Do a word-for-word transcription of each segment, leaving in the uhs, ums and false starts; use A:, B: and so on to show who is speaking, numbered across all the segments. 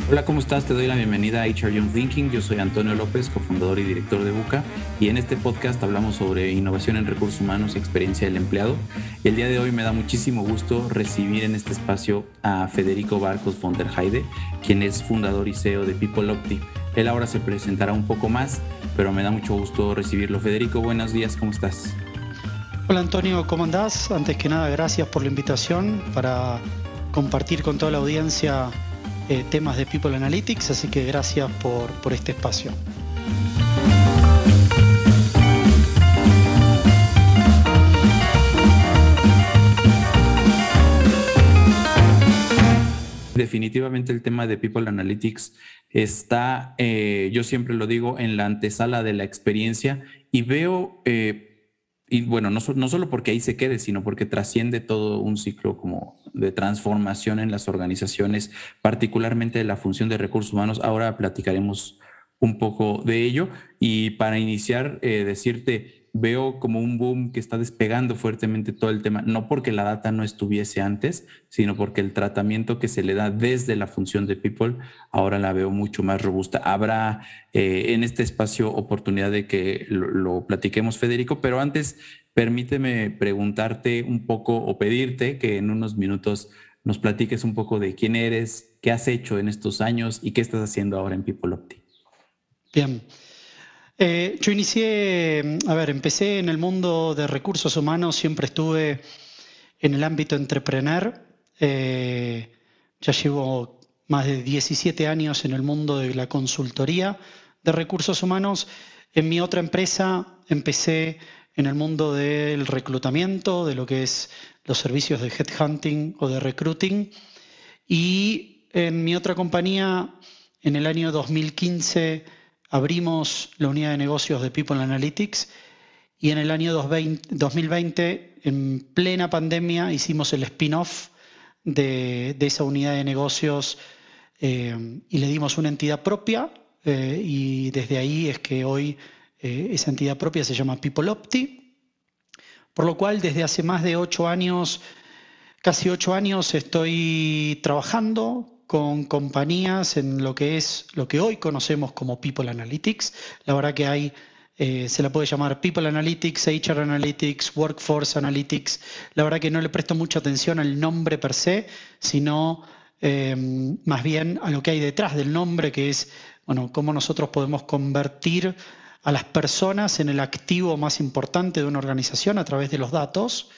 A: Hola, ¿cómo estás? Te doy la bienvenida a H R Young Thinking. Yo soy Antonio López, cofundador y director de Buca, y en este podcast hablamos sobre innovación en recursos humanos y experiencia del empleado. Y el día de hoy me da muchísimo gusto recibir en este espacio a Federico Barcos von der Heide, quien es fundador y C E O de PeopleOpti. Él ahora se presentará un poco más, pero me da mucho gusto recibirlo. Federico, buenos días, ¿cómo estás?
B: Hola Antonio, ¿cómo andás? Antes que nada, gracias por la invitación para compartir con toda la audiencia eh, temas de People Analytics, así que gracias por, por este espacio.
A: Definitivamente el tema de People Analytics está, eh, yo siempre lo digo, en la antesala de la experiencia y veo... Eh, Y bueno, no, no solo porque ahí se quede, sino porque trasciende todo un ciclo como de transformación en las organizaciones, particularmente de la función de recursos humanos. Ahora platicaremos un poco de ello. Y para iniciar, eh, decirte, veo como un boom que está despegando fuertemente todo el tema, no porque la data no estuviese antes, sino porque el tratamiento que se le da desde la función de People, ahora la veo mucho más robusta. Habrá eh, en este espacio oportunidad de que lo, lo platiquemos, Federico, pero antes permíteme preguntarte un poco o pedirte que en unos minutos nos platiques un poco de quién eres, qué has hecho en estos años y qué estás haciendo ahora en PeopleOpti.
B: Bien. Eh, yo inicié, a ver, empecé en el mundo de recursos humanos, siempre estuve en el ámbito entrepreneur. Eh, ya llevo más de diecisiete años en el mundo de la consultoría de recursos humanos. En mi otra empresa empecé en el mundo del reclutamiento, de lo que es los servicios de headhunting o de recruiting. Y en mi otra compañía, en el año dos mil quince, abrimos la unidad de negocios de People Analytics y en el año dos mil veinte, en plena pandemia, hicimos el spin-off de, de esa unidad de negocios eh, y le dimos una entidad propia eh, y desde ahí es que hoy eh, esa entidad propia se llama PeopleOpti, por lo cual desde hace más de ocho años, casi ocho años, estoy trabajando con compañías en lo que es lo que hoy conocemos como People Analytics. La verdad que hay, eh, se la puede llamar People Analytics, H R Analytics, Workforce Analytics. La verdad que no le presto mucha atención al nombre per se, sino eh, más bien a lo que hay detrás del nombre, que es, bueno, cómo nosotros podemos convertir a las personas en el activo más importante de una organización a través de los datos.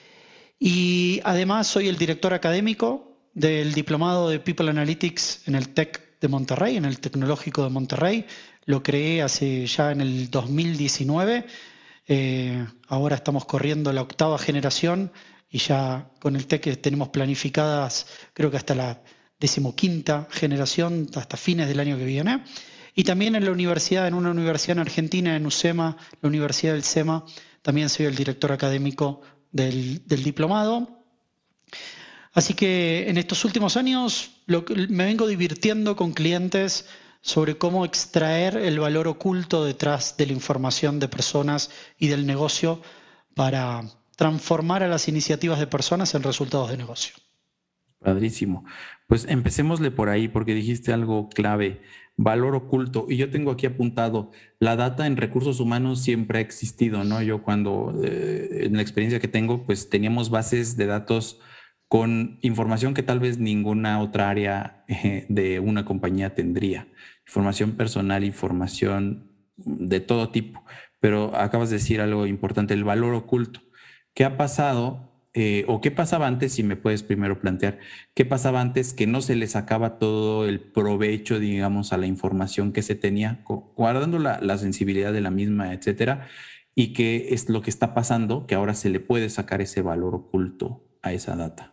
B: Y además soy el director académico del diplomado de People Analytics en el TEC de Monterrey, en el Tecnológico de Monterrey. Lo creé hace ya en el dos mil diecinueve. Eh, ahora estamos corriendo la octava generación y ya con el TEC tenemos planificadas, creo que hasta la decimoquinta generación, hasta fines del año que viene. Y también en la universidad, en una universidad en Argentina, en UCEMA, la Universidad del SEMA, también soy el director académico del, del diplomado. Así que en estos últimos años lo, me vengo divirtiendo con clientes sobre cómo extraer el valor oculto detrás de la información de personas y del negocio para transformar a las iniciativas de personas en resultados de negocio.
A: Padrísimo. Pues empecémosle por ahí porque dijiste algo clave, valor oculto. Y yo tengo aquí apuntado, la data en recursos humanos siempre ha existido, ¿no? Yo cuando, eh, en la experiencia que tengo, pues teníamos bases de datos con información que tal vez ninguna otra área eh, de una compañía tendría. Información personal, información de todo tipo. Pero acabas de decir algo importante, el valor oculto. ¿Qué ha pasado? Eh, o qué pasaba antes, si me puedes primero plantear, qué pasaba antes que no se le sacaba todo el provecho, digamos, a la información que se tenía, guardando la, la sensibilidad de la misma, etcétera, y qué es lo que está pasando, que ahora se le puede sacar ese valor oculto a esa data.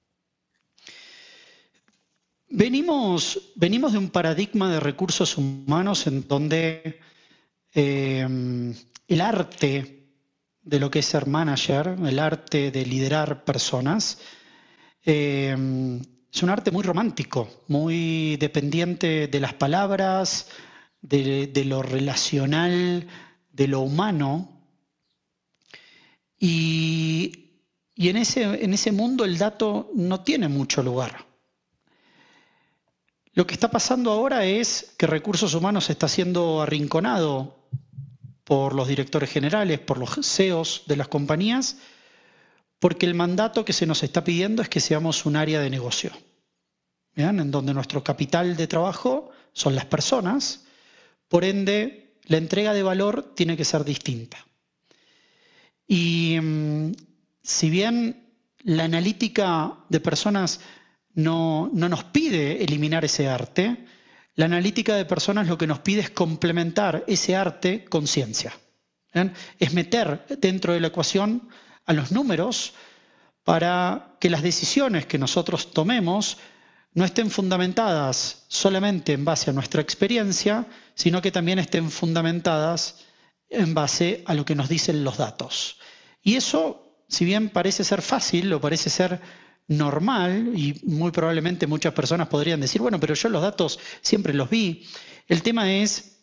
B: Venimos, venimos de un paradigma de recursos humanos en donde eh, el arte de lo que es ser manager, el arte de liderar personas, eh, es un arte muy romántico, muy dependiente de las palabras, de, de lo relacional, de lo humano. Y, y en, ese, en ese mundo el dato no tiene mucho lugar. Lo que está pasando ahora es que recursos humanos está siendo arrinconado por los directores generales, por los C E Os de las compañías, porque el mandato que se nos está pidiendo es que seamos un área de negocio, ¿bien? En donde nuestro capital de trabajo son las personas, por ende la entrega de valor tiene que ser distinta. Y mmm, si bien la analítica de personas no, no nos pide eliminar ese arte, la analítica de personas lo que nos pide es complementar ese arte con ciencia. ¿Bien? Es meter dentro de la ecuación a los números para que las decisiones que nosotros tomemos no estén fundamentadas solamente en base a nuestra experiencia, sino que también estén fundamentadas en base a lo que nos dicen los datos. Y eso, si bien parece ser fácil o parece ser normal, y muy probablemente muchas personas podrían decir, bueno, pero yo los datos siempre los vi. El tema es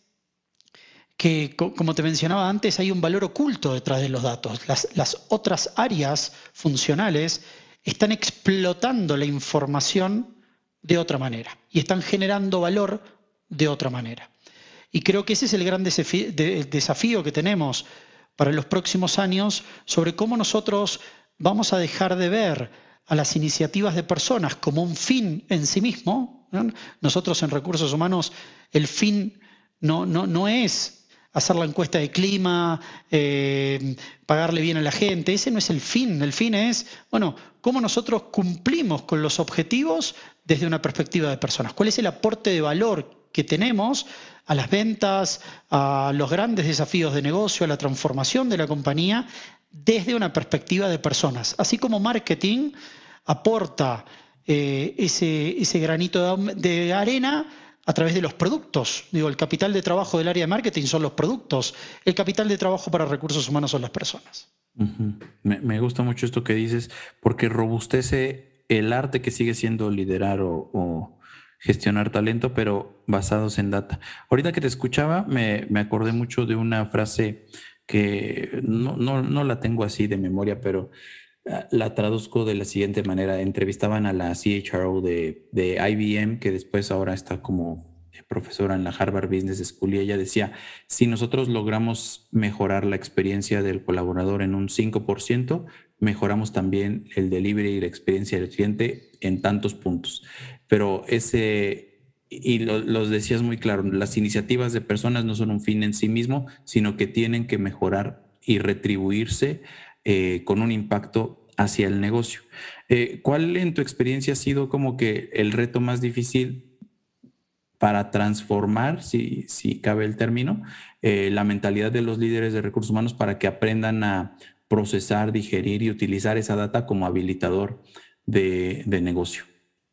B: que, como te mencionaba antes, hay un valor oculto detrás de los datos. Las, las otras áreas funcionales están explotando la información de otra manera y están generando valor de otra manera. Y creo que ese es el gran desafío que tenemos para los próximos años sobre cómo nosotros vamos a dejar de ver a las iniciativas de personas como un fin en sí mismo, ¿no? Nosotros en recursos humanos el fin no, no, no es hacer la encuesta de clima, eh, pagarle bien a la gente, ese no es el fin. El fin es, bueno, cómo nosotros cumplimos con los objetivos desde una perspectiva de personas. ¿Cuál es el aporte de valor que tenemos a las ventas, a los grandes desafíos de negocio, a la transformación de la compañía desde una perspectiva de personas? Así como marketing aporta eh, ese, ese granito de, de arena a través de los productos. Digo, el capital de trabajo del área de marketing son los productos, el capital de trabajo para recursos humanos son las personas.
A: Uh-huh. me, me gusta mucho esto que dices, porque robustece el arte que sigue siendo liderar o, o gestionar talento, pero basados en data. Ahorita que te escuchaba, me, me acordé mucho de una frase que no, no, no la tengo así de memoria, pero la traduzco de la siguiente manera. Entrevistaban a la C H R O de, de I B M, que después ahora está como profesora en la Harvard Business School, y ella decía, si nosotros logramos mejorar la experiencia del colaborador en un cinco por ciento, mejoramos también el delivery y la experiencia del cliente en tantos puntos. Pero ese, y lo, los decías muy claro, las iniciativas de personas no son un fin en sí mismo, sino que tienen que mejorar y retribuirse eh, con un impacto hacia el negocio. Eh, ¿Cuál en tu experiencia ha sido como que el reto más difícil para transformar, si, si cabe el término, eh, la mentalidad de los líderes de recursos humanos para que aprendan a procesar, digerir y utilizar esa data como habilitador de, de negocio?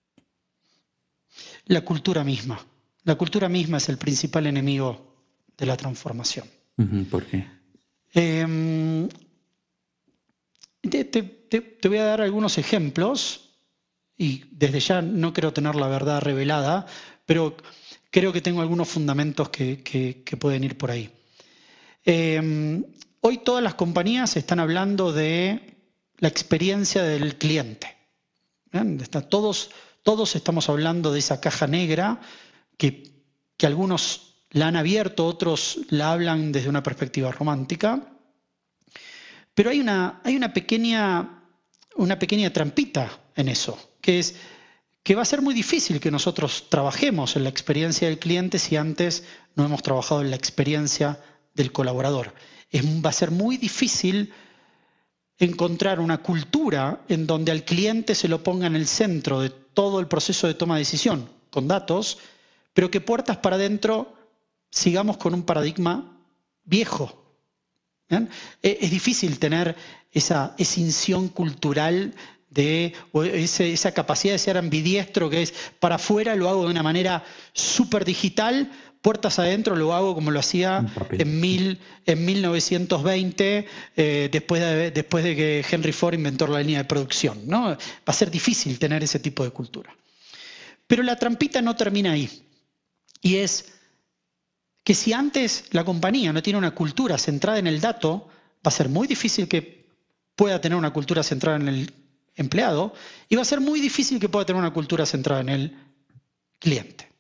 B: La cultura misma. La cultura misma es el principal enemigo de la transformación.
A: Uh-huh. ¿Por qué?
B: Eh, te, te, te, te voy a dar algunos ejemplos y desde ya no quiero tener la verdad revelada, pero creo que tengo algunos fundamentos que, que, que pueden ir por ahí. Eh, hoy todas las compañías están hablando de la experiencia del cliente. ¿Bien? Está, todos, todos estamos hablando de esa caja negra que, que algunos la han abierto, otros la hablan desde una perspectiva romántica. Pero hay una, hay una pequeña, una pequeña trampita en eso, que es que va a ser muy difícil que nosotros trabajemos en la experiencia del cliente si antes no hemos trabajado en la experiencia del colaborador. Es, va a ser muy difícil encontrar una cultura en donde al cliente se lo ponga en el centro de todo el proceso de toma de decisión, con datos, pero que puertas para adentro sigamos con un paradigma viejo. ¿Bien? Es difícil tener esa escisión cultural de o ese, esa capacidad de ser ambidiestro, que es para afuera lo hago de una manera súper digital, puertas adentro lo hago como lo hacía en, mil, en mil novecientos veinte, eh, después, de, después de que Henry Ford inventó la línea de producción, ¿no? Va a ser difícil tener ese tipo de cultura. Pero la trampita no termina ahí. Y es que si antes la compañía no tiene una cultura centrada en el dato, va a ser muy difícil que pueda tener una cultura centrada en el empleado y va a ser muy difícil que pueda tener una cultura centrada en el cliente.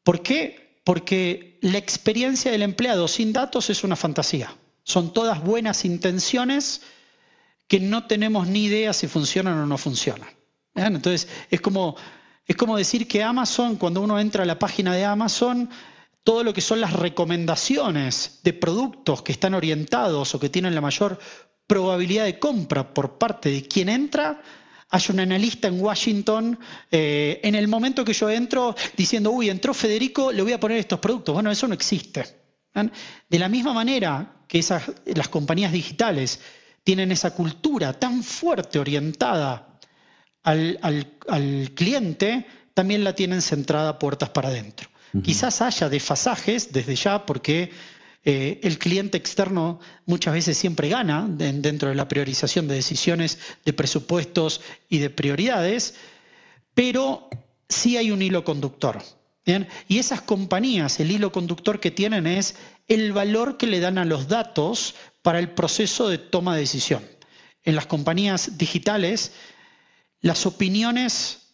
B: ¿Por qué? Porque la experiencia del empleado sin datos es una fantasía. Son todas buenas intenciones que no tenemos ni idea si funcionan o no funcionan. ¿Bien? Entonces, es como, es como decir que Amazon, cuando uno entra a la página de Amazon, todo lo que son las recomendaciones de productos que están orientados o que tienen la mayor probabilidad de compra por parte de quien entra, hay un analista en Washington eh, en el momento que yo entro diciendo, uy, entró Federico, le voy a poner estos productos. Bueno, eso no existe. ¿Ven? De la misma manera que esas, las compañías digitales tienen esa cultura tan fuerte orientada al, al, al cliente, también la tienen centrada puertas para adentro. Uh-huh. Quizás haya desfasajes desde ya porque eh, el cliente externo muchas veces siempre gana de, dentro de la priorización de decisiones, de presupuestos y de prioridades, pero sí hay un hilo conductor. ¿Bien? Y esas compañías, el hilo conductor que tienen es el valor que le dan a los datos para el proceso de toma de decisión. En las compañías digitales, las opiniones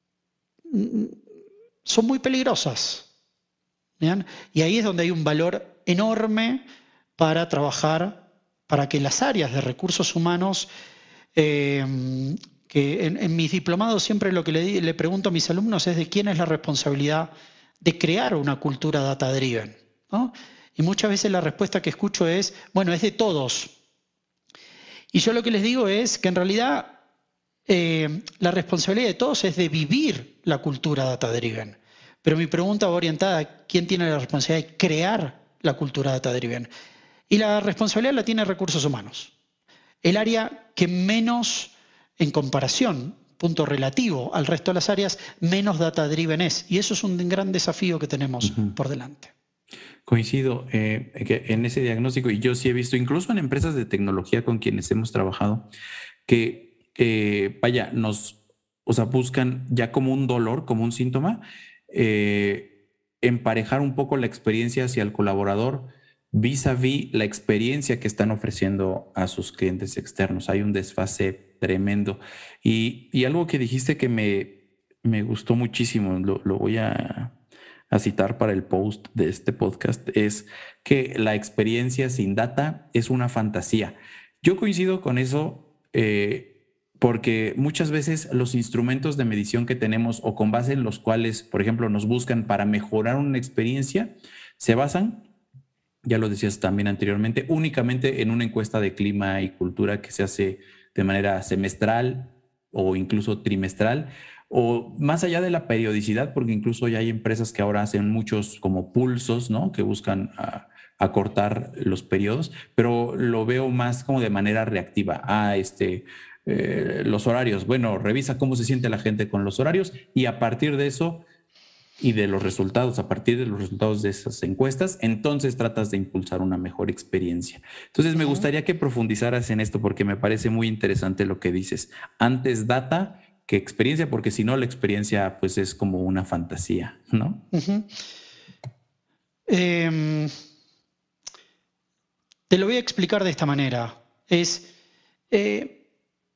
B: son muy peligrosas. ¿Bien? Y ahí es donde hay un valor enorme para trabajar, para que las áreas de recursos humanos, eh, que en, en mis diplomados siempre lo que le, le pregunto a mis alumnos es de quién es la responsabilidad de crear una cultura data-driven, ¿no? Y muchas veces la respuesta que escucho es, bueno, es de todos. Y yo lo que les digo es que en realidad eh, la responsabilidad de todos es de vivir la cultura data-driven. Pero mi pregunta va orientada a quién tiene la responsabilidad de crear la cultura data-driven. Y la responsabilidad la tiene recursos humanos. El área que menos, en comparación, punto relativo al resto de las áreas, menos data-driven es. Y eso es un gran desafío que tenemos uh-huh. por delante.
A: Coincido eh, que en ese diagnóstico, y yo sí he visto, incluso en empresas de tecnología con quienes hemos trabajado, que, eh, vaya, nos, o sea, buscan ya como un dolor, como un síntoma, eh, emparejar un poco la experiencia hacia el colaborador vis a vis la experiencia que están ofreciendo a sus clientes externos. Hay un desfase tremendo. Y, y algo que dijiste que me, me gustó muchísimo, lo, lo voy a... a citar para el post de este podcast, es que la experiencia sin data es una fantasía. Yo coincido con eso eh, porque muchas veces los instrumentos de medición que tenemos o con base en los cuales, por ejemplo, nos buscan para mejorar una experiencia, se basan, ya lo decías también anteriormente, únicamente en una encuesta de clima y cultura que se hace de manera semestral o incluso trimestral, o más allá de la periodicidad, porque incluso ya hay empresas que ahora hacen muchos como pulsos, ¿no? Que buscan a, acortar los periodos, pero lo veo más como de manera reactiva. Ah, este, eh, los horarios. Bueno, revisa cómo se siente la gente con los horarios y a partir de eso y de los resultados, a partir de los resultados de esas encuestas, entonces tratas de impulsar una mejor experiencia. Entonces me gustaría que profundizaras en esto porque me parece muy interesante lo que dices. Antes data que experiencia, porque si no la experiencia pues es como una fantasía, ¿no?
B: Uh-huh. eh, te lo voy a explicar de esta manera. Es eh,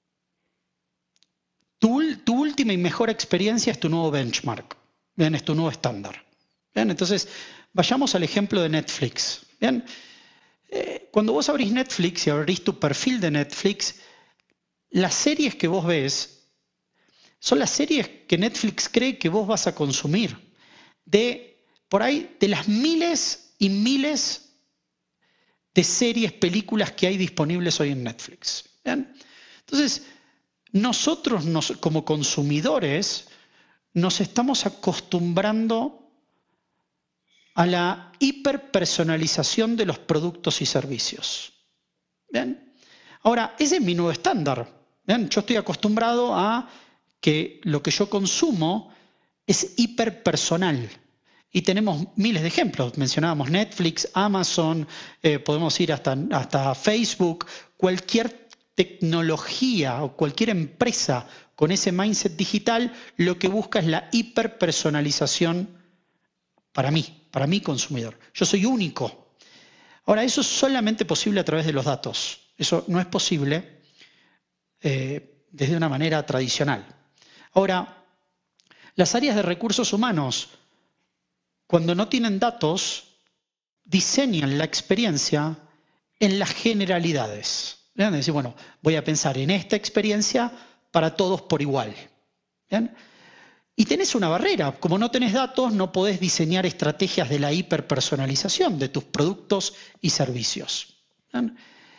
B: tu, tu última y mejor experiencia es tu nuevo benchmark. Bien, es tu nuevo estándar. Bien, entonces vayamos al ejemplo de Netflix. Bien, eh, cuando vos abrís Netflix y abrís tu perfil de Netflix, las series que vos ves son las series que Netflix cree que vos vas a consumir. De, por ahí, de las miles y miles de series, películas que hay disponibles hoy en Netflix. ¿Bien? Entonces, nosotros nos, como consumidores nos estamos acostumbrando a la hiperpersonalización de los productos y servicios. ¿Bien? Ahora, ese es mi nuevo estándar. ¿Bien? Yo estoy acostumbrado a que lo que yo consumo es hiperpersonal. Y tenemos miles de ejemplos. Mencionábamos Netflix, Amazon, eh, podemos ir hasta, hasta Facebook. Cualquier tecnología o cualquier empresa con ese mindset digital lo que busca es la hiperpersonalización para mí, para mi consumidor. Yo soy único. Ahora, eso es solamente posible a través de los datos. Eso no es posible eh, desde una manera tradicional. Ahora, las áreas de recursos humanos cuando no tienen datos, diseñan la experiencia en las generalidades. ¿Bien? Es decir, bueno, voy a pensar en esta experiencia para todos por igual. ¿Bien? Y tenés una barrera. Como no tenés datos, no podés diseñar estrategias de la hiperpersonalización de tus productos y servicios. ¿Bien?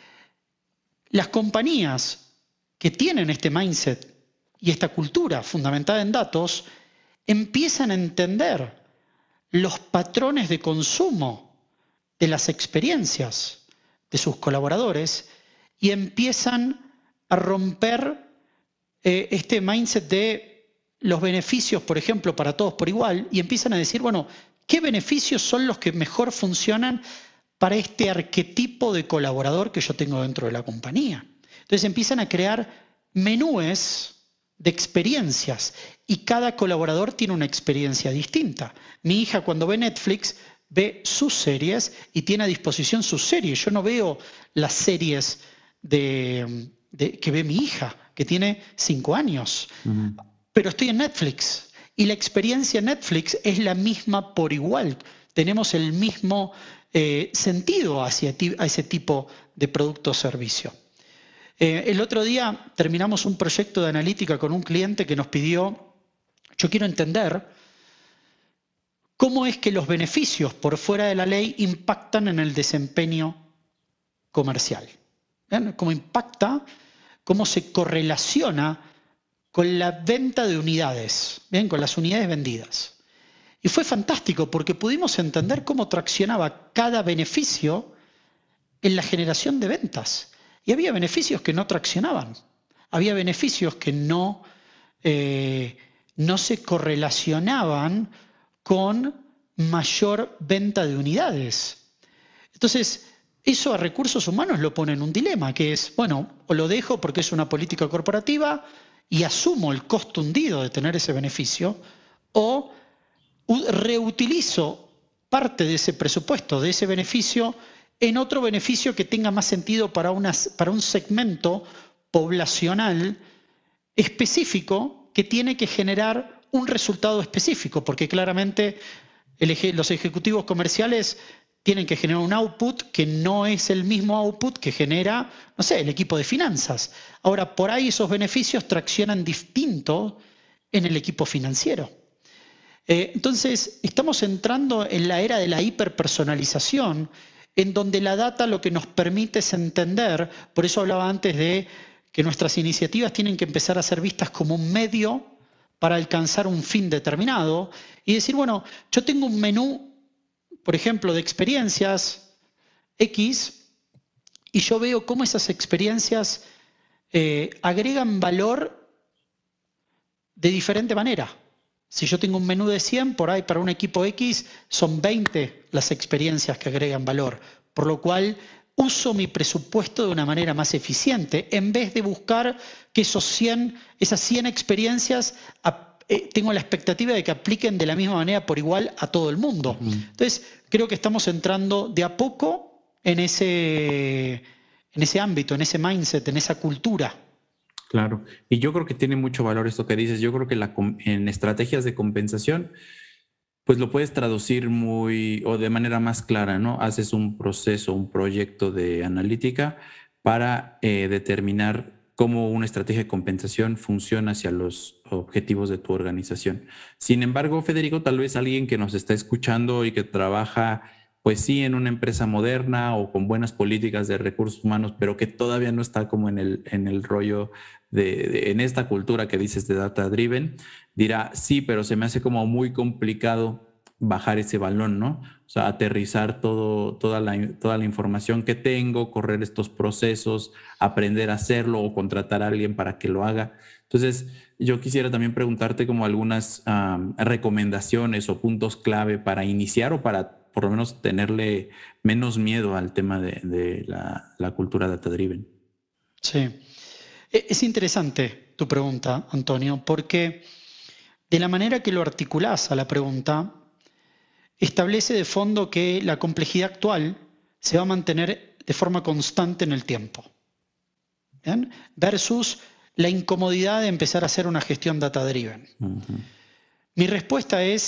B: Las compañías que tienen este mindset y esta cultura fundamentada en datos empiezan a entender los patrones de consumo de las experiencias de sus colaboradores y empiezan a romper eh, este mindset de los beneficios, por ejemplo, para todos por igual, y empiezan a decir, bueno, ¿qué beneficios son los que mejor funcionan para este arquetipo de colaborador que yo tengo dentro de la compañía? Entonces empiezan a crear menúes de experiencias y cada colaborador tiene una experiencia distinta. Mi hija cuando ve Netflix ve sus series y tiene a disposición sus series. Yo no veo las series de, de, que ve mi hija, que tiene cinco años. Uh-huh. Pero estoy en Netflix y la experiencia en Netflix es la misma por igual. Tenemos el mismo eh, sentido hacia a ese tipo de producto o servicio. Eh, el otro día terminamos un proyecto de analítica con un cliente que nos pidió, yo quiero entender cómo es que los beneficios por fuera de la ley impactan en el desempeño comercial. ¿Ven? Cómo impacta, cómo se correlaciona con la venta de unidades, ¿bien? Con las unidades vendidas. Y fue fantástico porque pudimos entender cómo traccionaba cada beneficio en la generación de ventas. Y había beneficios que no traccionaban. Había beneficios que no, eh, no se correlacionaban con mayor venta de unidades. Entonces, eso a recursos humanos lo pone en un dilema, que es, bueno, o lo dejo porque es una política corporativa y asumo el costo hundido de tener ese beneficio, o reutilizo parte de ese presupuesto, de ese beneficio, en otro beneficio que tenga más sentido para, una, para un segmento poblacional específico que tiene que generar un resultado específico, porque claramente el, los ejecutivos comerciales tienen que generar un output que no es el mismo output que genera, no sé, el equipo de finanzas. Ahora, por ahí esos beneficios traccionan distinto en el equipo financiero. Eh, entonces, estamos entrando en la era de la hiperpersonalización, en donde la data lo que nos permite es entender, por eso hablaba antes de que nuestras iniciativas tienen que empezar a ser vistas como un medio para alcanzar un fin determinado y decir, bueno, yo tengo un menú, por ejemplo, de experiencias X y yo veo cómo esas experiencias eh, agregan valor de diferente manera. Si yo tengo un menú de cien, por ahí para un equipo X son veinte las experiencias que agregan valor, por lo cual uso mi presupuesto de una manera más eficiente en vez de buscar que esos cien, esas cien experiencias eh, tengo la expectativa de que apliquen de la misma manera por igual a todo el mundo. Uh-huh. Entonces, creo que estamos entrando de a poco en ese, en ese ámbito, en ese mindset, en esa cultura.
A: Claro, y yo creo que tiene mucho valor esto que dices. Yo creo que la, en estrategias de compensación, pues lo puedes traducir muy o de manera más clara, ¿no? Haces un proceso, un proyecto de analítica para eh, determinar cómo una estrategia de compensación funciona hacia los objetivos de tu organización. Sin embargo, Federico, tal vez alguien que nos está escuchando y que trabaja, pues sí, en una empresa moderna o con buenas políticas de recursos humanos, pero que todavía no está como en el, en el rollo de, de, en esta cultura que dices de data driven, dirá, sí, pero se me hace como muy complicado bajar ese balón, ¿no? O sea, aterrizar todo, toda, la, toda la información que tengo, correr estos procesos, aprender a hacerlo o contratar a alguien para que lo haga. Entonces, yo quisiera también preguntarte como algunas um, recomendaciones o puntos clave para iniciar o para por lo menos tenerle menos miedo al tema de, de la, la cultura data-driven.
B: Sí. Es interesante tu pregunta, Antonio, porque de la manera que lo articulás a la pregunta, establece de fondo que la complejidad actual se va a mantener de forma constante en el tiempo. ¿Bien? Versus la incomodidad de empezar a hacer una gestión data-driven. Uh-huh. Mi respuesta es,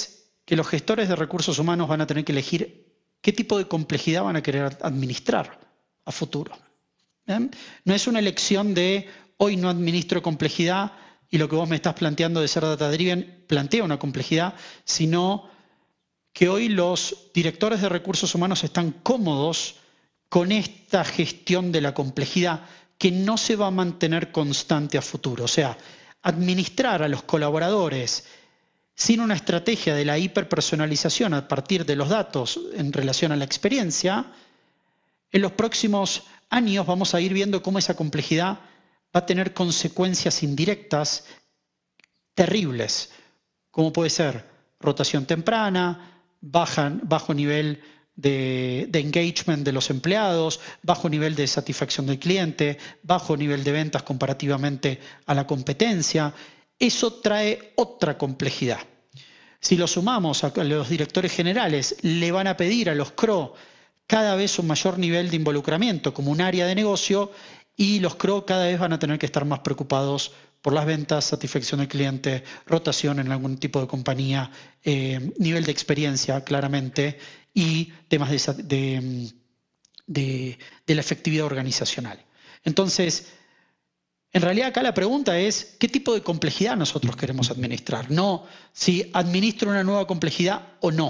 B: que los gestores de recursos humanos van a tener que elegir qué tipo de complejidad van a querer administrar a futuro. ¿Bien? No es una elección de hoy no administro complejidad y lo que vos me estás planteando de ser data driven plantea una complejidad, sino que hoy los directores de recursos humanos están cómodos con esta gestión de la complejidad que no se va a mantener constante a futuro. O sea, administrar a los colaboradores sin una estrategia de la hiperpersonalización a partir de los datos en relación a la experiencia, en los próximos años vamos a ir viendo cómo esa complejidad va a tener consecuencias indirectas terribles, como puede ser rotación temprana, baja, bajo nivel de, de engagement de los empleados, bajo nivel de satisfacción del cliente, bajo nivel de ventas comparativamente a la competencia. Eso trae otra complejidad. Si lo sumamos a los directores generales, le van a pedir a los C R O cada vez un mayor nivel de involucramiento como un área de negocio y los C R O cada vez van a tener que estar más preocupados por las ventas, satisfacción del cliente, rotación en algún tipo de compañía, eh, nivel de experiencia claramente y temas de, de, de, de la efectividad organizacional. Entonces, en realidad acá la pregunta es ¿qué tipo de complejidad nosotros queremos administrar? No si administro una nueva complejidad o no.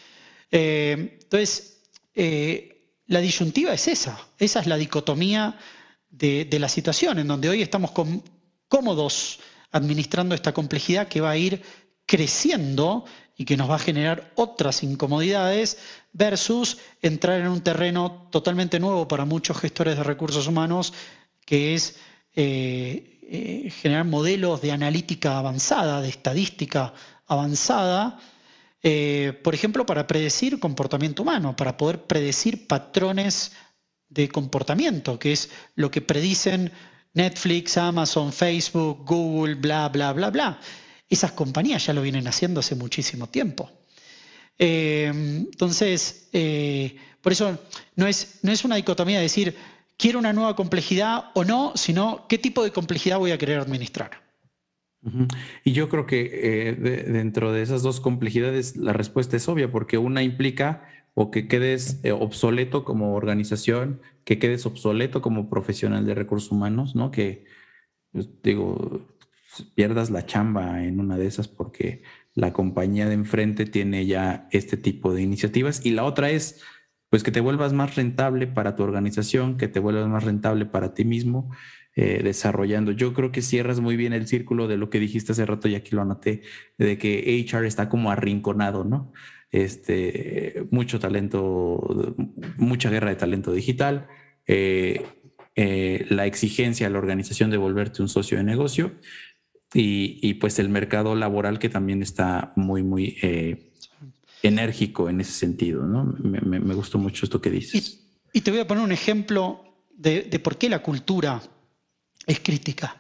B: Eh, entonces, eh, la disyuntiva es esa. Esa es la dicotomía de, de la situación en donde hoy estamos con, cómodos administrando esta complejidad que va a ir creciendo y que nos va a generar otras incomodidades versus entrar en un terreno totalmente nuevo para muchos gestores de recursos humanos que es eh, eh, generar modelos de analítica avanzada, de estadística avanzada, eh, por ejemplo, para predecir comportamiento humano, para poder predecir patrones de comportamiento, que es lo que predicen Netflix, Amazon, Facebook, Google, bla, bla, bla, bla. Esas compañías ya lo vienen haciendo hace muchísimo tiempo. Eh, entonces, eh, por eso no es, no es una dicotomía de decir quiero una nueva complejidad o no, sino qué tipo de complejidad voy a querer administrar.
A: Uh-huh. Y yo creo que eh, de, dentro de esas dos complejidades la respuesta es obvia, porque una implica o que quedes eh, obsoleto como organización, que quedes obsoleto como profesional de recursos humanos, ¿no? Que, pues, digo, pierdas la chamba en una de esas porque la compañía de enfrente tiene ya este tipo de iniciativas. Y la otra es, pues, que te vuelvas más rentable para tu organización, que te vuelvas más rentable para ti mismo, eh, desarrollando. Yo creo que cierras muy bien el círculo de lo que dijiste hace rato, y aquí lo anoté, de que H R está como arrinconado, ¿no? Este, mucho talento, mucha guerra de talento digital, eh, eh, la exigencia a la organización de volverte un socio de negocio y, y pues el mercado laboral que también está muy, muy eh, enérgico en ese sentido, ¿no? Me, me, me gustó mucho esto que dices.
B: Y, y te voy a poner un ejemplo de, de por qué la cultura es crítica.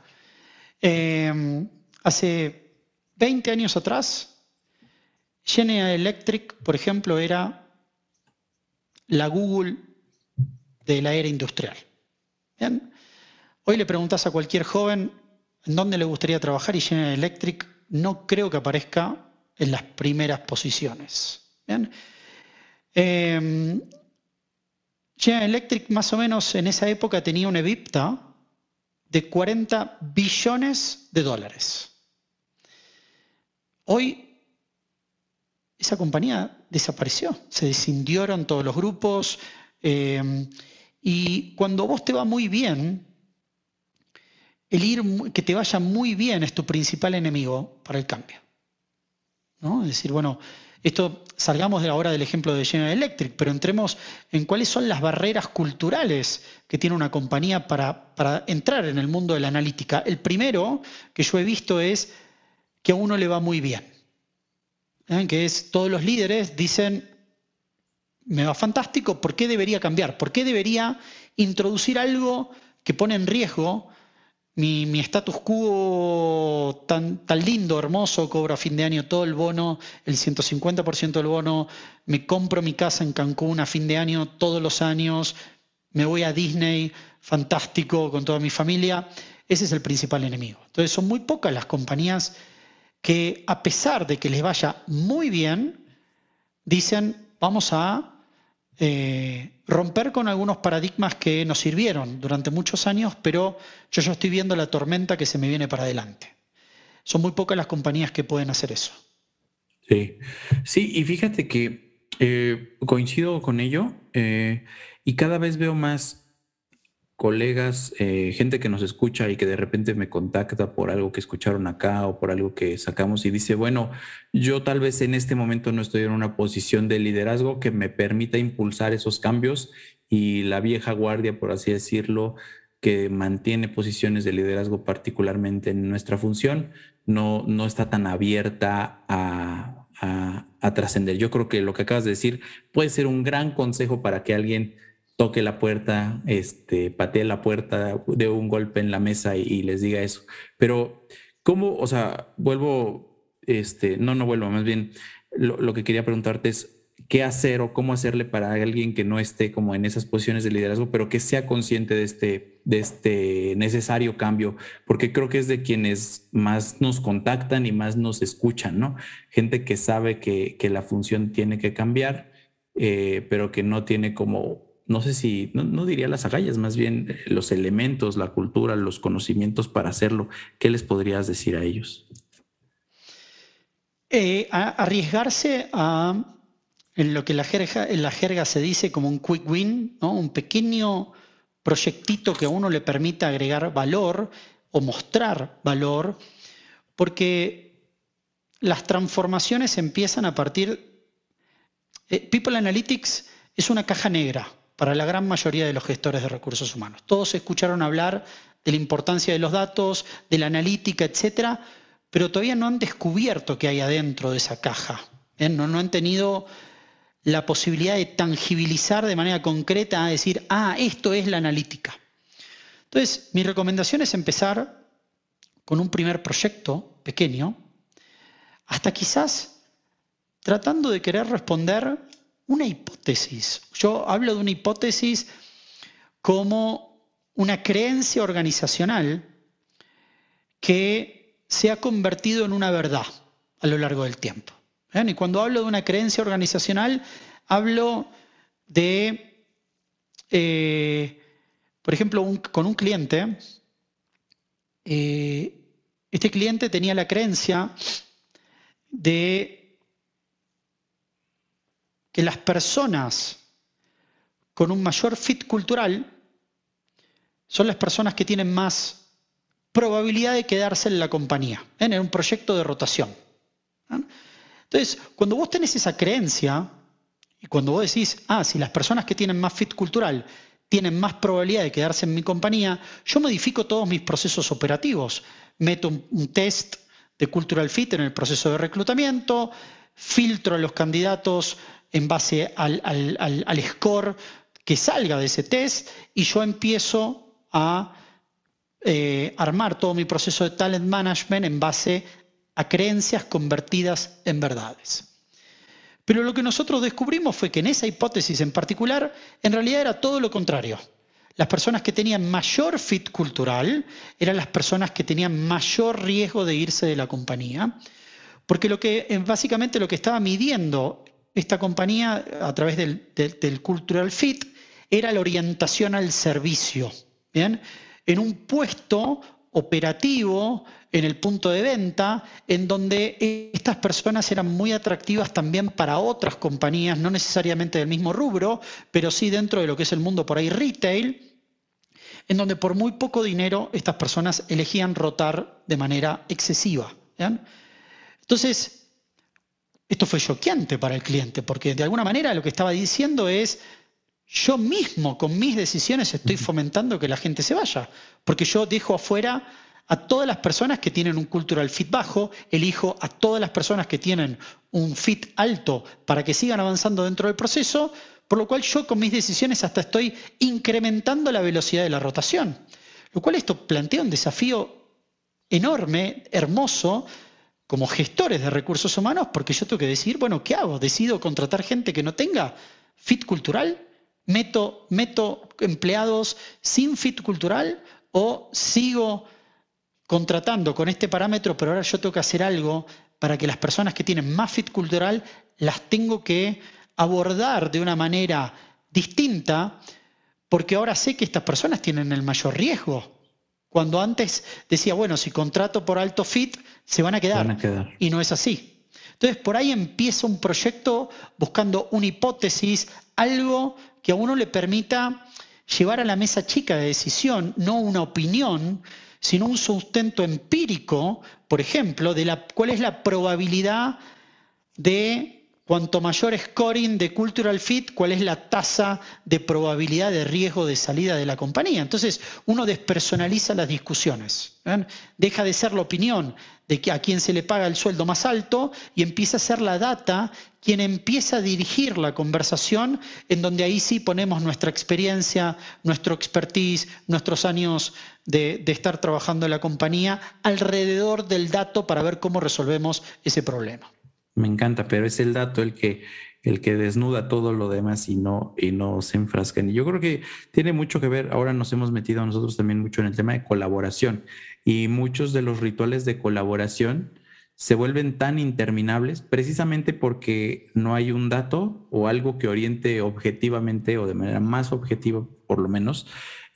B: Eh, hace veinte años atrás, General Electric, por ejemplo, era la Google de la era industrial. ¿Bien? Hoy le preguntás a cualquier joven en dónde le gustaría trabajar y General Electric no creo que aparezca en las primeras posiciones. ¿Bien? Eh, General Electric más o menos en esa época tenía un EBITDA de cuarenta billones de dólares. Hoy esa compañía desapareció, se descindieron todos los grupos eh, y cuando vos te va muy bien, el ir que te vaya muy bien es tu principal enemigo para el cambio, ¿no? Es decir, bueno, esto salgamos de ahora del ejemplo de General Electric, pero entremos en cuáles son las barreras culturales que tiene una compañía para, para entrar en el mundo de la analítica. El primero que yo he visto es que a uno le va muy bien. ¿Eh? Que es, todos los líderes dicen, me va fantástico, ¿por qué debería cambiar? ¿Por qué debería introducir algo que pone en riesgo mi, mi status quo tan, tan lindo, hermoso, cobro a fin de año todo el bono, el ciento cincuenta por ciento del bono, me compro mi casa en Cancún a fin de año todos los años, me voy a Disney, fantástico, con toda mi familia? Ese es el principal enemigo. Entonces son muy pocas las compañías que a pesar de que les vaya muy bien, dicen, vamos a eh, romper con algunos paradigmas que nos sirvieron durante muchos años, pero yo ya estoy viendo la tormenta que se me viene para adelante. Son muy pocas las compañías que pueden hacer eso.
A: Sí, sí, y fíjate que eh, coincido con ello eh, y cada vez veo más colegas, eh, gente que nos escucha y que de repente me contacta por algo que escucharon acá o por algo que sacamos y dice, bueno, yo tal vez en este momento no estoy en una posición de liderazgo que me permita impulsar esos cambios y la vieja guardia, por así decirlo, que mantiene posiciones de liderazgo particularmente en nuestra función, no, no está tan abierta a, a, a trascender. Yo creo que lo que acabas de decir puede ser un gran consejo para que alguien toque la puerta, este, patee la puerta, de un golpe en la mesa y, y les diga eso. Pero, ¿cómo? O sea, vuelvo, este, no, no vuelvo, más bien, lo, lo que quería preguntarte es, ¿qué hacer o cómo hacerle para alguien que no esté como en esas posiciones de liderazgo, pero que sea consciente de este, de este necesario cambio? Porque creo que es de quienes más nos contactan y más nos escuchan, ¿no? Gente que sabe que, que la función tiene que cambiar, eh, pero que no tiene como, no sé si, no, no diría las agallas, más bien eh, los elementos, la cultura, los conocimientos para hacerlo. ¿Qué les podrías decir a ellos?
B: Eh, a arriesgarse a en lo que en la, jerga, en la jerga se dice como un quick win, ¿no? Un pequeño proyectito que a uno le permita agregar valor o mostrar valor, porque las transformaciones empiezan a partir... Eh, People Analytics es una caja negra para la gran mayoría de los gestores de recursos humanos. Todos escucharon hablar de la importancia de los datos, de la analítica, etcétera, pero todavía no han descubierto qué hay adentro de esa caja. ¿eh? No, no han tenido la posibilidad de tangibilizar de manera concreta, a decir, ah, esto es la analítica. Entonces, mi recomendación es empezar con un primer proyecto pequeño, hasta quizás tratando de querer responder una hipótesis. Yo hablo de una hipótesis como una creencia organizacional que se ha convertido en una verdad a lo largo del tiempo. ¿Bien? Y cuando hablo de una creencia organizacional, hablo de, eh, por ejemplo, un, con un cliente, eh, este cliente tenía la creencia de que las personas con un mayor fit cultural son las personas que tienen más probabilidad de quedarse en la compañía, ¿eh? en un proyecto de rotación. ¿eh? Entonces, cuando vos tenés esa creencia, y cuando vos decís, ah, si las personas que tienen más fit cultural tienen más probabilidad de quedarse en mi compañía, yo modifico todos mis procesos operativos. Meto un, un test de cultural fit en el proceso de reclutamiento, filtro a los candidatos en base al, al, al, al score que salga de ese test y yo empiezo a eh, armar todo mi proceso de talent management en base a creencias convertidas en verdades. Pero lo que nosotros descubrimos fue que en esa hipótesis en particular, en realidad era todo lo contrario. Las personas que tenían mayor fit cultural eran las personas que tenían mayor riesgo de irse de la compañía, porque lo que, básicamente lo que estaba midiendo esta compañía a través del, del, del cultural fit era la orientación al servicio, ¿bien? En un puesto operativo en el punto de venta, en donde estas personas eran muy atractivas también para otras compañías, no necesariamente del mismo rubro, pero sí dentro de lo que es el mundo por ahí retail, en donde por muy poco dinero estas personas elegían rotar de manera excesiva. ¿bien? Entonces, esto fue choqueante para el cliente, porque de alguna manera lo que estaba diciendo es, yo mismo con mis decisiones estoy fomentando que la gente se vaya, porque yo dejo afuera a todas las personas que tienen un cultural fit bajo, elijo a todas las personas que tienen un fit alto para que sigan avanzando dentro del proceso, por lo cual yo con mis decisiones hasta estoy incrementando la velocidad de la rotación. Lo cual esto plantea un desafío enorme, hermoso, como gestores de recursos humanos, porque yo tengo que decidir, bueno, ¿qué hago? ¿Decido contratar gente que no tenga fit cultural? ¿Meto, meto empleados sin fit cultural o sigo contratando con este parámetro, pero ahora yo tengo que hacer algo para que las personas que tienen más fit cultural las tengo que abordar de una manera distinta, porque ahora sé que estas personas tienen el mayor riesgo. Cuando antes decía, bueno, si contrato por alto fit, se van a quedar.
A: Van a quedar.
B: Y no es así. Entonces, por ahí empieza un proyecto buscando una hipótesis, algo que a uno le permita llevar a la mesa chica de decisión, no una opinión, sino un sustento empírico, por ejemplo, de la, cuál es la probabilidad de cuanto mayor scoring de cultural fit, cuál es la tasa de probabilidad de riesgo de salida de la compañía. Entonces, uno despersonaliza las discusiones. ¿Ven? Deja de ser la opinión de que a quien se le paga el sueldo más alto y empieza a ser la data quien empieza a dirigir la conversación, en donde ahí sí ponemos nuestra experiencia, nuestro expertise, nuestros años de, de estar trabajando en la compañía alrededor del dato para ver cómo resolvemos ese problema.
A: Me encanta, pero es el dato el que, el que desnuda todo lo demás y no, y no se enfrascan. Y yo creo que tiene mucho que ver, ahora nos hemos metido a nosotros también mucho en el tema de colaboración, y muchos de los rituales de colaboración se vuelven tan interminables precisamente porque no hay un dato o algo que oriente objetivamente o de manera más objetiva, por lo menos,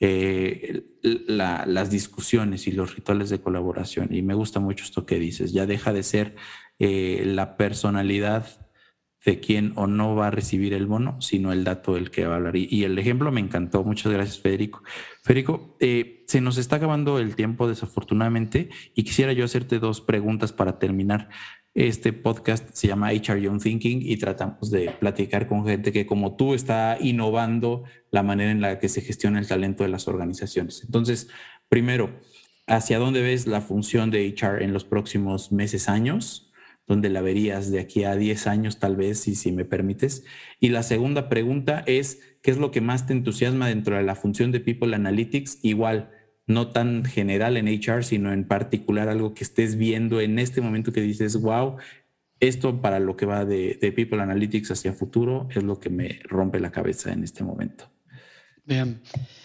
A: eh, la, las discusiones y los rituales de colaboración. Y me gusta mucho esto que dices, ya deja de ser eh, la personalidad de quién o no va a recibir el bono, sino el dato del que va a hablar. Y, y el ejemplo me encantó. Muchas gracias, Federico. Federico, eh, se nos está acabando el tiempo, desafortunadamente, y quisiera yo hacerte dos preguntas para terminar. Este podcast se llama H R Young Thinking y tratamos de platicar con gente que, como tú, está innovando la manera en la que se gestiona el talento de las organizaciones. Entonces, primero, ¿hacia dónde ves la función de H R en los próximos meses, años? ¿Dónde la verías de aquí a diez años tal vez, si, si me permites? Y la segunda pregunta es, ¿qué es lo que más te entusiasma dentro de la función de People Analytics? Igual, no tan general en H R, sino en particular algo que estés viendo en este momento que dices, wow, esto para lo que va de, de People Analytics hacia futuro es lo que me rompe la cabeza en este momento.
B: Bien.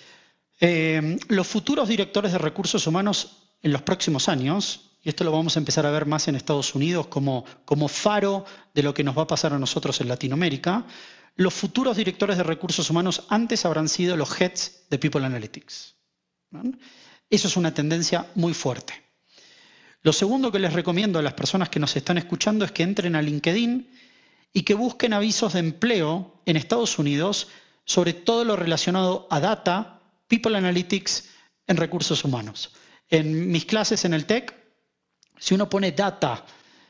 B: Eh, los futuros directores de recursos humanos en los próximos años, y esto lo vamos a empezar a ver más en Estados Unidos como, como faro de lo que nos va a pasar a nosotros en Latinoamérica, los futuros directores de recursos humanos antes habrán sido los heads de People Analytics. ¿No? Eso es una tendencia muy fuerte. Lo segundo que les recomiendo a las personas que nos están escuchando es que entren a LinkedIn y que busquen avisos de empleo en Estados Unidos sobre todo lo relacionado a data, People Analytics en recursos humanos. En mis clases en el T E C, si uno pone data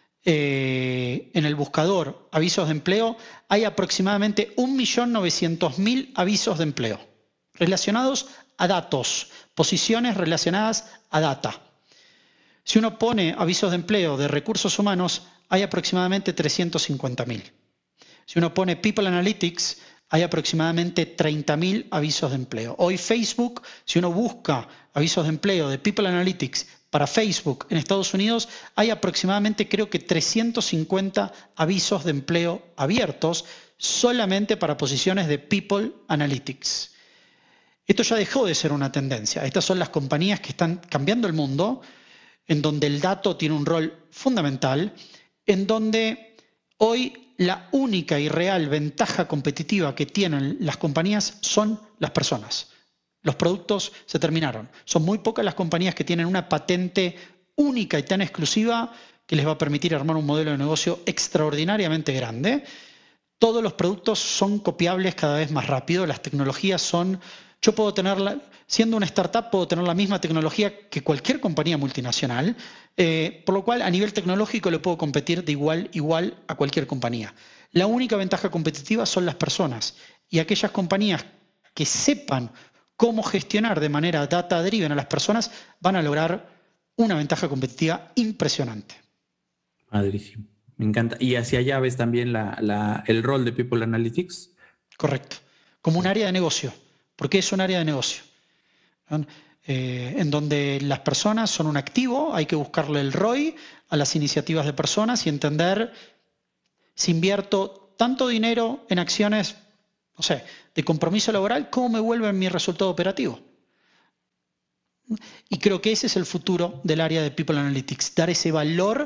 B: eh, en el buscador, avisos de empleo, hay aproximadamente un millón novecientos mil avisos de empleo relacionados a datos, posiciones relacionadas a data. Si uno pone avisos de empleo de recursos humanos, hay aproximadamente trescientos cincuenta mil. Si uno pone People Analytics, hay aproximadamente treinta mil avisos de empleo. Hoy Facebook, si uno busca avisos de empleo de People Analytics para Facebook en Estados Unidos, hay aproximadamente, creo que trescientos cincuenta avisos de empleo abiertos solamente para posiciones de People Analytics. Esto ya dejó de ser una tendencia. Estas son las compañías que están cambiando el mundo, en donde el dato tiene un rol fundamental, en donde hoy la única y real ventaja competitiva que tienen las compañías son las personas. Los productos se terminaron. Son muy pocas las compañías que tienen una patente única y tan exclusiva que les va a permitir armar un modelo de negocio extraordinariamente grande. Todos los productos son copiables cada vez más rápido. Las tecnologías son... Yo puedo tenerla, siendo una startup, puedo tener la misma tecnología que cualquier compañía multinacional, eh, por lo cual a nivel tecnológico le puedo competir de igual igual a cualquier compañía. La única ventaja competitiva son las personas, y aquellas compañías que sepan cómo gestionar de manera data-driven a las personas van a lograr una ventaja competitiva impresionante.
A: Padrísimo, me encanta. ¿Y hacia allá ves también la, la, el rol de People Analytics?
B: Correcto, como un área de negocio. Porque es un área de negocio, ¿no? eh, en donde las personas son un activo, hay que buscarle el R O I a las iniciativas de personas y entender si invierto tanto dinero en acciones, no sé, de compromiso laboral, ¿cómo me vuelven mi resultado operativo? Y creo que ese es el futuro del área de People Analytics, dar ese valor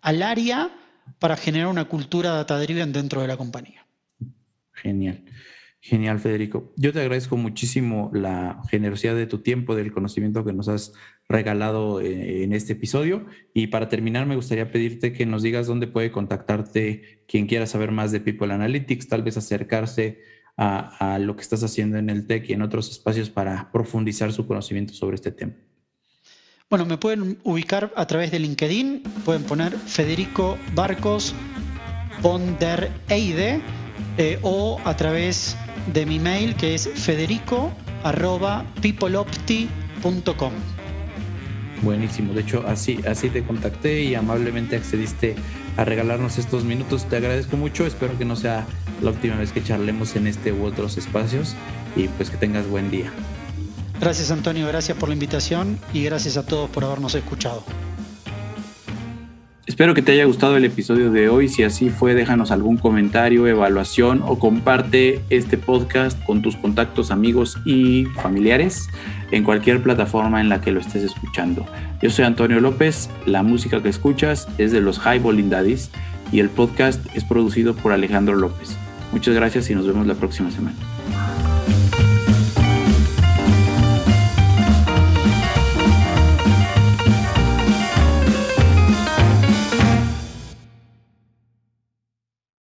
B: al área para generar una cultura data-driven dentro de la compañía.
A: Genial. Genial, Federico. Yo te agradezco muchísimo la generosidad de tu tiempo, del conocimiento que nos has regalado en este episodio. Y para terminar, me gustaría pedirte que nos digas dónde puede contactarte quien quiera saber más de People Analytics, tal vez acercarse a, a lo que estás haciendo en el T E C y en otros espacios para profundizar su conocimiento sobre este tema.
B: Bueno, me pueden ubicar a través de LinkedIn, pueden poner Federico Barcos von der Eide eh, o a través de mi mail que es federico arroba peopleopti punto com.
A: Buenísimo, de hecho así, así te contacté y amablemente accediste a regalarnos estos minutos. Te agradezco mucho, espero que no sea la última vez que charlemos en este u otros espacios y pues que tengas buen día.
B: Gracias, Antonio, gracias por la invitación y gracias a todos por habernos escuchado.
A: Espero que te haya gustado el episodio de hoy. Si así fue, déjanos algún comentario, evaluación o comparte este podcast con tus contactos, amigos y familiares en cualquier plataforma en la que lo estés escuchando. Yo soy Antonio López, la música que escuchas es de los Highballing Daddies y el podcast es producido por Alejandro López. Muchas gracias y nos vemos la próxima semana.